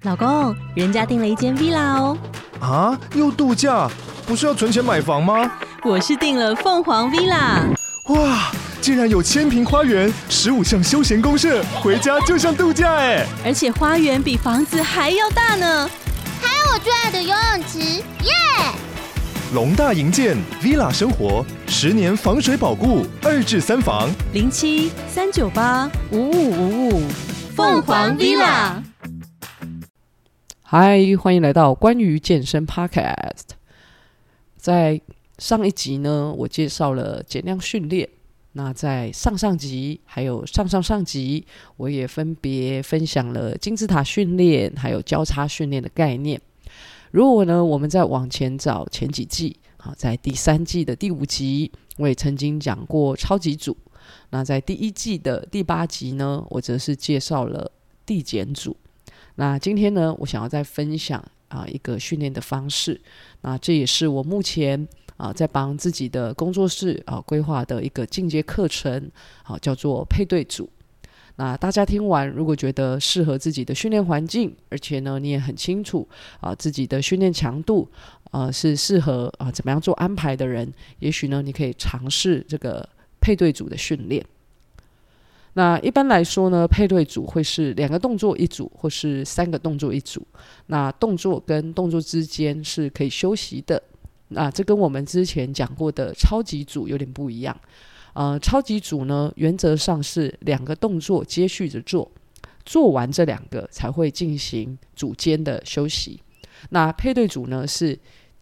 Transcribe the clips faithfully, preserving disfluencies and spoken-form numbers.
老公，人家订了一间 villa 哦。 啊，又度假？不是要存钱买房吗？ 我是订了凤凰 villa。 哇，竟然有千坪花园，十五项休闲公设，回家就像度假哎！ 而且花园比房子还要大呢。 还有我最爱的游泳池，耶！ 龙大营建 villa 生活，十年防水保固，二至三房， 零七三九八五五五五，凤凰 villa。 嗨，欢迎来到关于健身 Podcast。在上一集呢，我介绍了减量训练。那在上上集还有上上上集，我也分别分享了金字塔训练还有交叉训练的概念。如果呢，我们再往前找前几季，好，在第三季的第五集，我也曾经讲过超级组。那在第一季的第八集呢，我则是介绍了递减组。那今天呢，我想要再分享啊一个训练的方式。那这也是我目前啊在帮自己的工作室啊规划的一个进阶课程，啊叫做配对组。那大家听完，如果觉得适合自己的训练环境，而且呢你也很清楚啊自己的训练强度啊是适合啊怎么样做安排的人，也许呢你可以尝试这个配对组的训练。那一般来说呢，配对组会是两个动作一组，或是三个动作一组。那动作跟动作之间是可以休息的。那这跟我们之前讲过的超级组有点不一样。呃，超级组呢，原则上是两个动作接续着做，做完这两个才会进行组间的休息。那配对组呢，是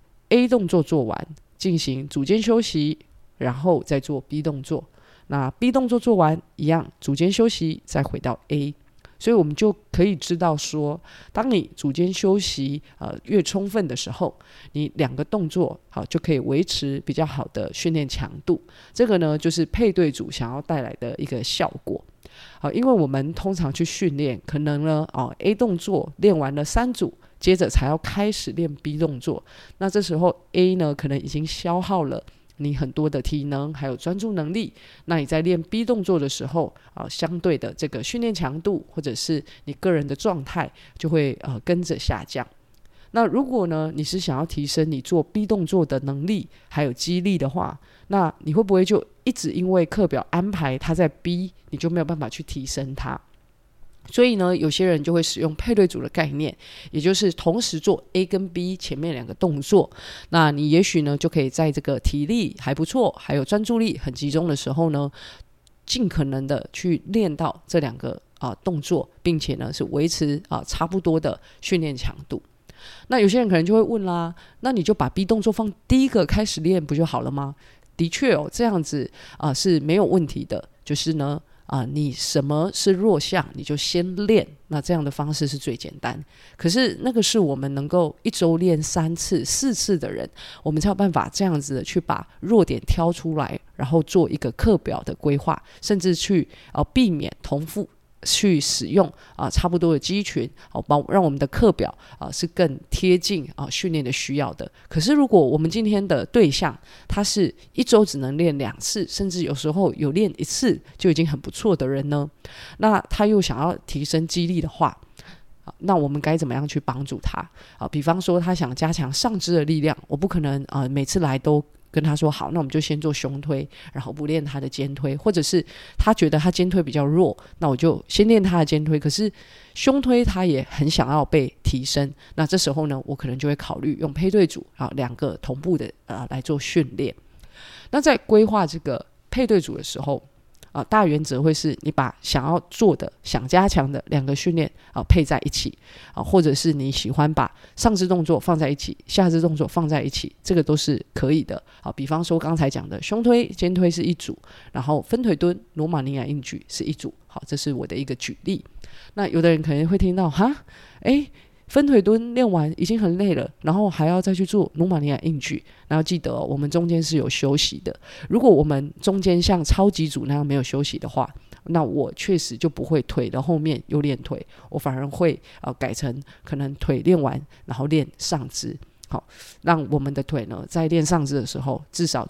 A 动作做完，进行组间休息，然后再做 B 动作。那 B 动作做完一样，组间休息再回到 A， 所以我们就可以知道说，当你组间休息呃越充分的时候，你两个动作好就可以维持比较好的训练强度。这个呢就是配对组想要带来的一个效果。好，因为我们通常去训练，可能呢哦 A 动作练完了三组，接着才要开始练 B 动作，那这时候 A 呢可能已经消耗了你很多的体能还有专注能力，那你在练 B 动作的时候、呃、相对的这个训练强度或者是你个人的状态就会、呃、跟着下降。那如果呢你是想要提升你做 B 动作的能力还有肌力的话，那你会不会就一直因为课表安排它在 B， 你就没有办法去提升它？所以呢，有些人就会使用配对组的概念，也就是同时做 A 跟 B 前面两个动作。那你也许呢，就可以在这个体力还不错，还有专注力很集中的时候呢，尽可能的去练到这两个、呃、动作，并且呢是维持、呃、差不多的训练强度。那有些人可能就会问啦，那你就把 B 动作放第一个开始练不就好了吗？的确哦，这样子、呃、是没有问题的，就是呢啊、呃，你什么是弱项，你就先练，那这样的方式是最简单。可是那个是我们能够一周练三次、四次的人，我们才有办法这样子的去把弱点挑出来，然后做一个课表的规划，甚至去、呃、避免重复去使用、呃、差不多的肌群、呃、让我们的课表、呃、是更贴近、呃、训练的需要的。可是如果我们今天的对象他是一周只能练两次，甚至有时候有练一次就已经很不错的人呢，那他又想要提升肌力的话，那我们该怎么样去帮助他、呃、比方说他想加强上肢的力量，我不可能、呃、每次来都跟他说好，那我们就先做胸推，然后不练他的肩推，或者是他觉得他肩推比较弱，那我就先练他的肩推，可是胸推他也很想要被提升，那这时候呢我可能就会考虑用配对组、啊、两个同步的、呃、来做训练。那在规划这个配对组的时候、呃、大原则会是你把想要做的想加强的两个训练、呃、配在一起、呃、或者是你喜欢把上肢动作放在一起，下肢动作放在一起，这个都是可以的、呃、比方说刚才讲的胸推肩推是一组，然后分腿蹲罗马尼亚硬举是一组。好，这是我的一个举例。那有的人可能会听到哈诶分腿蹲练完已经很累了，然后还要再去做罗马尼亚硬举，然后记得、哦、我们中间是有休息的。如果我们中间像超级组那样没有休息的话，那我确实就不会腿的后面又练腿，我反而会、呃、改成可能腿练完然后练上肢。好，让我们的腿呢在练上肢的时候至少去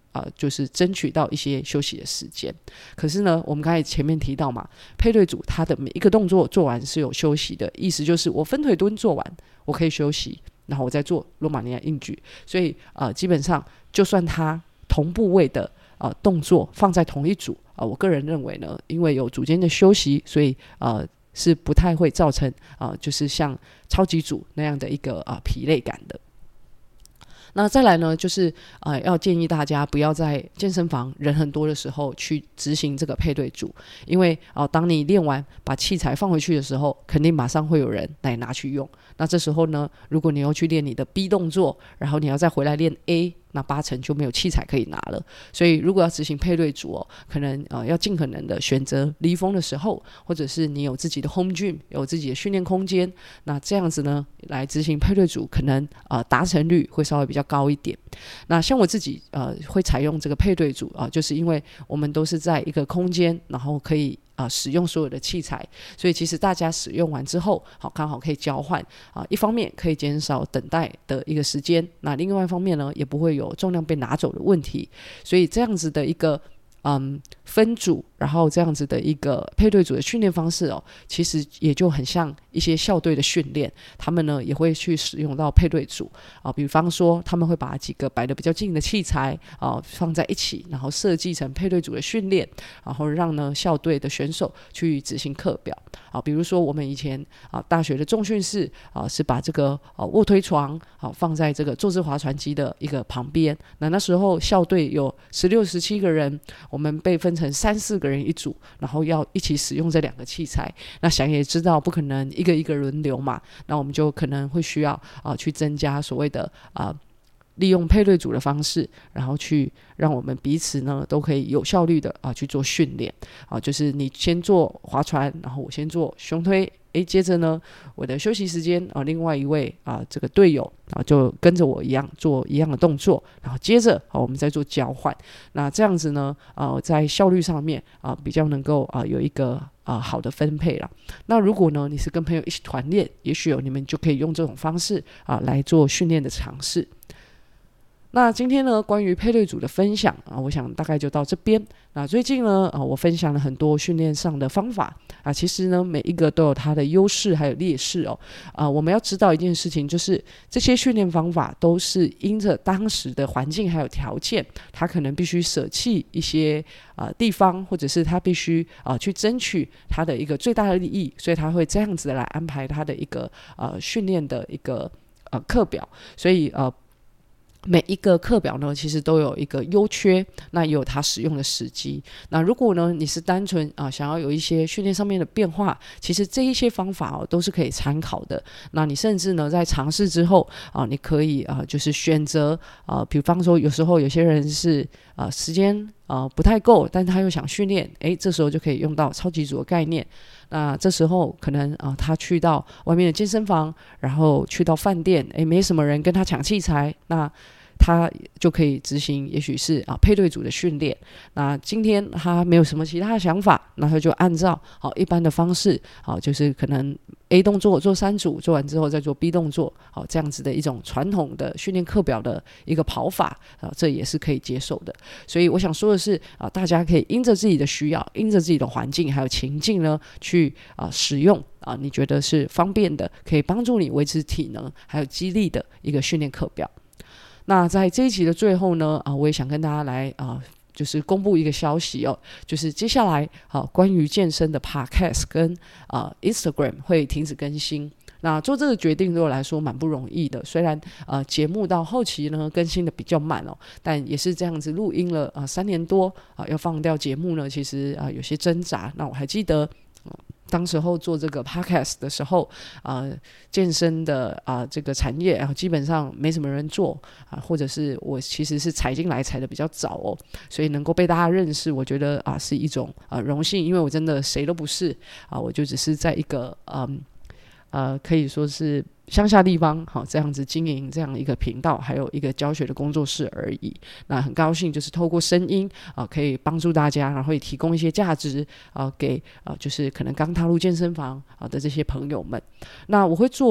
呃，就是争取到一些休息的时间。可是呢，我们刚才前面提到嘛，配对组它的每一个动作做完是有休息的，意思就是我分腿蹲做完，我可以休息，然后我再做罗马尼亚硬举。所以呃，基本上就算它同部位的呃动作放在同一组啊、呃，我个人认为呢，因为有组间的休息，所以呃是不太会造成啊、呃，就是像超级组那样的一个啊、呃、疲累感的。那再来呢，就是呃，要建议大家不要在健身房人很多的时候去执行这个配对组，因为哦、呃，当你练完把器材放回去的时候，肯定马上会有人来拿去用。那这时候呢，如果你要去练你的 B 动作，然后你要再回来练 A，那八成就没有器材可以拿了。所以如果要执行配对组哦，可能呃要尽可能的选择离峰的时候，或者是你有自己的 home gym， 有自己的训练空间，那这样子呢来执行配对组，可能呃达成率会稍微比较高一点。那像我自己呃会采用这个配对组啊、呃，就是因为我们都是在一个空间，然后可以啊、呃，使用所有的器材，所以其实大家使用完之后，好刚好可以交换啊、呃。一方面可以减少等待的一个时间，那另外一方面呢，也不会有重量被拿走的问题。所以这样子的一个嗯分组，然后这样子的一个配对组的训练方式哦，其实也就很像一些校队的训练，他们呢也会去使用到配对组啊，比方说他们会把几个摆得比较近的器材啊放在一起，然后设计成配对组的训练，然后让呢校队的选手去执行课表啊，比如说我们以前啊大学的重训室啊是把这个啊卧推床啊放在这个坐姿划船机的一个旁边，那那时候校队有十六十七个人，我们被分成三四个人一组，然后要一起使用这两个器材。那想也知道不可能一个一个轮流嘛，那我们就可能会需要啊、呃、去增加所谓的啊、呃、利用配对组的方式，然后去让我们彼此呢都可以有效率的啊、呃、去做训练啊、呃，就是你先做划船，然后我先做胸推。诶，接着呢，我的休息时间啊、呃，另外一位啊、呃、这个队友啊、呃、就跟着我一样做一样的动作，然后接着啊、呃、我们再做交换。那这样子呢，呃，在效率上面啊、呃、比较能够啊、呃、有一个啊、呃、好的分配啦。那如果呢你是跟朋友一起团练，也许有你们就可以用这种方式啊、呃、来做训练的尝试。那今天呢，关于配对组的分享啊，我想大概就到这边。那最近呢，啊，我分享了很多训练上的方法啊，其实呢，每一个都有它的优势还有劣势哦。啊，我们要知道一件事情，就是这些训练方法都是因着当时的环境还有条件，它可能必须舍弃一些啊地方，或者是它必须啊去争取它的一个最大的利益，所以它会这样子来安排它的一个呃训练的一个呃课表，所以呃。每一个课表呢，其实都有一个优缺，那也有它使用的时机。那如果呢，你是单纯啊、呃、想要有一些训练上面的变化，其实这一些方法哦都是可以参考的。那你甚至呢在尝试之后啊、呃，你可以啊、呃、就是选择啊、呃，比方说有时候有些人是啊、呃、时间啊、呃、不太够，但他又想训练，诶，这时候就可以用到超级组的概念。那这时候可能啊、呃，他去到外面的健身房，然后去到饭店，诶，没什么人跟他抢器材，那他就可以执行也许是啊配对组的训练。那今天他没有什么其他的想法，那他就按照好、啊、一般的方式，好、啊、就是可能 A 动作做三组，做完之后再做 B 动作，好、啊、这样子的一种传统的训练课表的一个跑法啊，这也是可以接受的。所以我想说的是啊，大家可以因着自己的需要，因着自己的环境还有情境呢，去啊使用啊你觉得是方便的，可以帮助你维持体能还有肌力的一个训练课表。那在这一集的最后呢，啊，我也想跟大家来啊，就是公布一个消息哦，就是接下来啊，关于健身的 podcast 跟啊 Instagram 会停止更新。那做这个决定对我来说蛮不容易的，虽然呃节目到后期呢更新的比较慢哦，但也是这样子录音了啊、呃、三年多啊、呃，要放掉节目呢，其实啊、呃、有些挣扎。那我还记得。呃当时候做这个 podcast 的时候，呃，健身的啊、呃、这个产业啊、呃，基本上没什么人做啊、呃，或者是我其实是踩进来踩的比较早哦，所以能够被大家认识，我觉得啊、呃、是一种啊、呃、荣幸，因为我真的谁都不是啊、呃，我就只是在一个嗯呃可以说是乡下地方好这样子经营这样一个频道，还有一个教学的工作室而已。那很高兴就是透过声音啊、呃，可以帮助大家，然后也提供一些价值啊、呃、给啊、呃、就是可能刚踏入健身房啊、呃、的这些朋友们。那我会做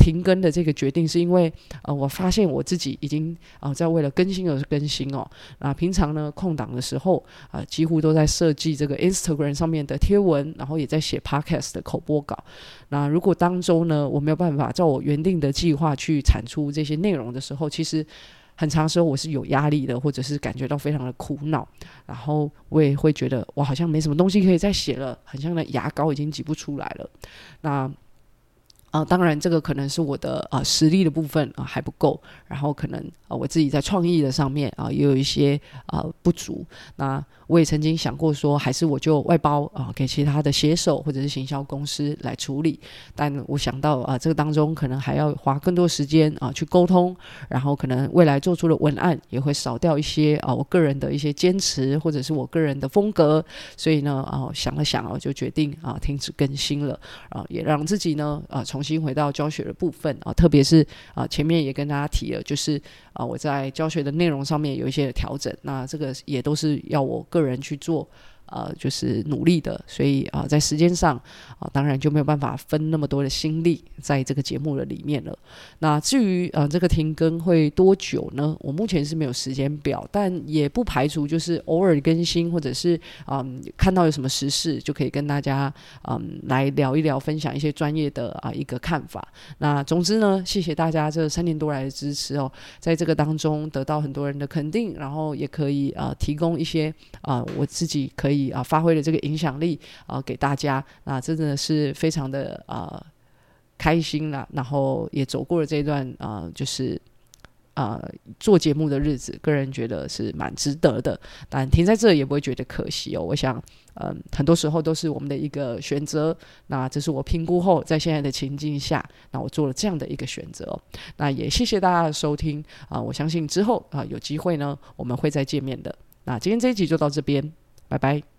停更的这个决定，是因为呃我发现我自己已经啊、呃、在为了更新而更新哦。那平常呢空档的时候啊、呃，几乎都在设计这个 Instagram 上面的贴文，然后也在写 Podcast 的口播稿。那如果当周呢我没有办法照我原定的计划去产出这些内容的时候，其实很长时候我是有压力的，或者是感觉到非常的苦恼，然后我也会觉得我好像没什么东西可以再写了，很像那牙膏已经挤不出来了。那啊，当然这个可能是我的啊、呃、实力的部分啊、呃、还不够，然后可能啊、呃、我自己在创意的上面啊、呃、也有一些啊、呃、不足。那我也曾经想过说，还是我就外包啊、呃、给其他的写手或者是行销公司来处理，但我想到啊、呃、这个当中可能还要花更多时间啊、呃、去沟通，然后可能未来做出的文案也会少掉一些啊、呃、我个人的一些坚持或者是我个人的风格，所以呢啊、呃、想了想啊、呃、就决定啊、呃、停止更新了啊、呃，也让自己呢啊、呃、重新回到教学的部分啊、呃，特别是啊、呃、前面也跟大家提了，就是啊、呃、我在教学的内容上面有一些调整，那这个也都是要我个人去做。呃，就是努力的，所以啊、呃，在时间上啊、呃，当然就没有办法分那么多的心力在这个节目的里面了。那至于呃这个停更会多久呢？我目前是没有时间表，但也不排除就是偶尔更新，或者是嗯看到有什么时事就可以跟大家嗯来聊一聊，分享一些专业的啊、呃、一个看法。那总之呢，谢谢大家这三年多来的支持哦，在这个当中得到很多人的肯定，然后也可以啊、呃、提供一些啊、呃、我自己可以啊、呃、发挥的这个影响力啊、呃、给大家，那真的是非常的啊、呃、开心啦，然后也走过了这段啊、呃、就是啊、呃、做节目的日子，个人觉得是蛮值得的，但停在这也不会觉得可惜哦。我想嗯很多时候都是我们的一个选择，那这是我评估后在现在的情境下，那我做了这样的一个选择、哦、那也谢谢大家的收听啊、呃、我相信之后啊、呃、有机会呢我们会再见面的。那今天这一集就到这边，拜拜。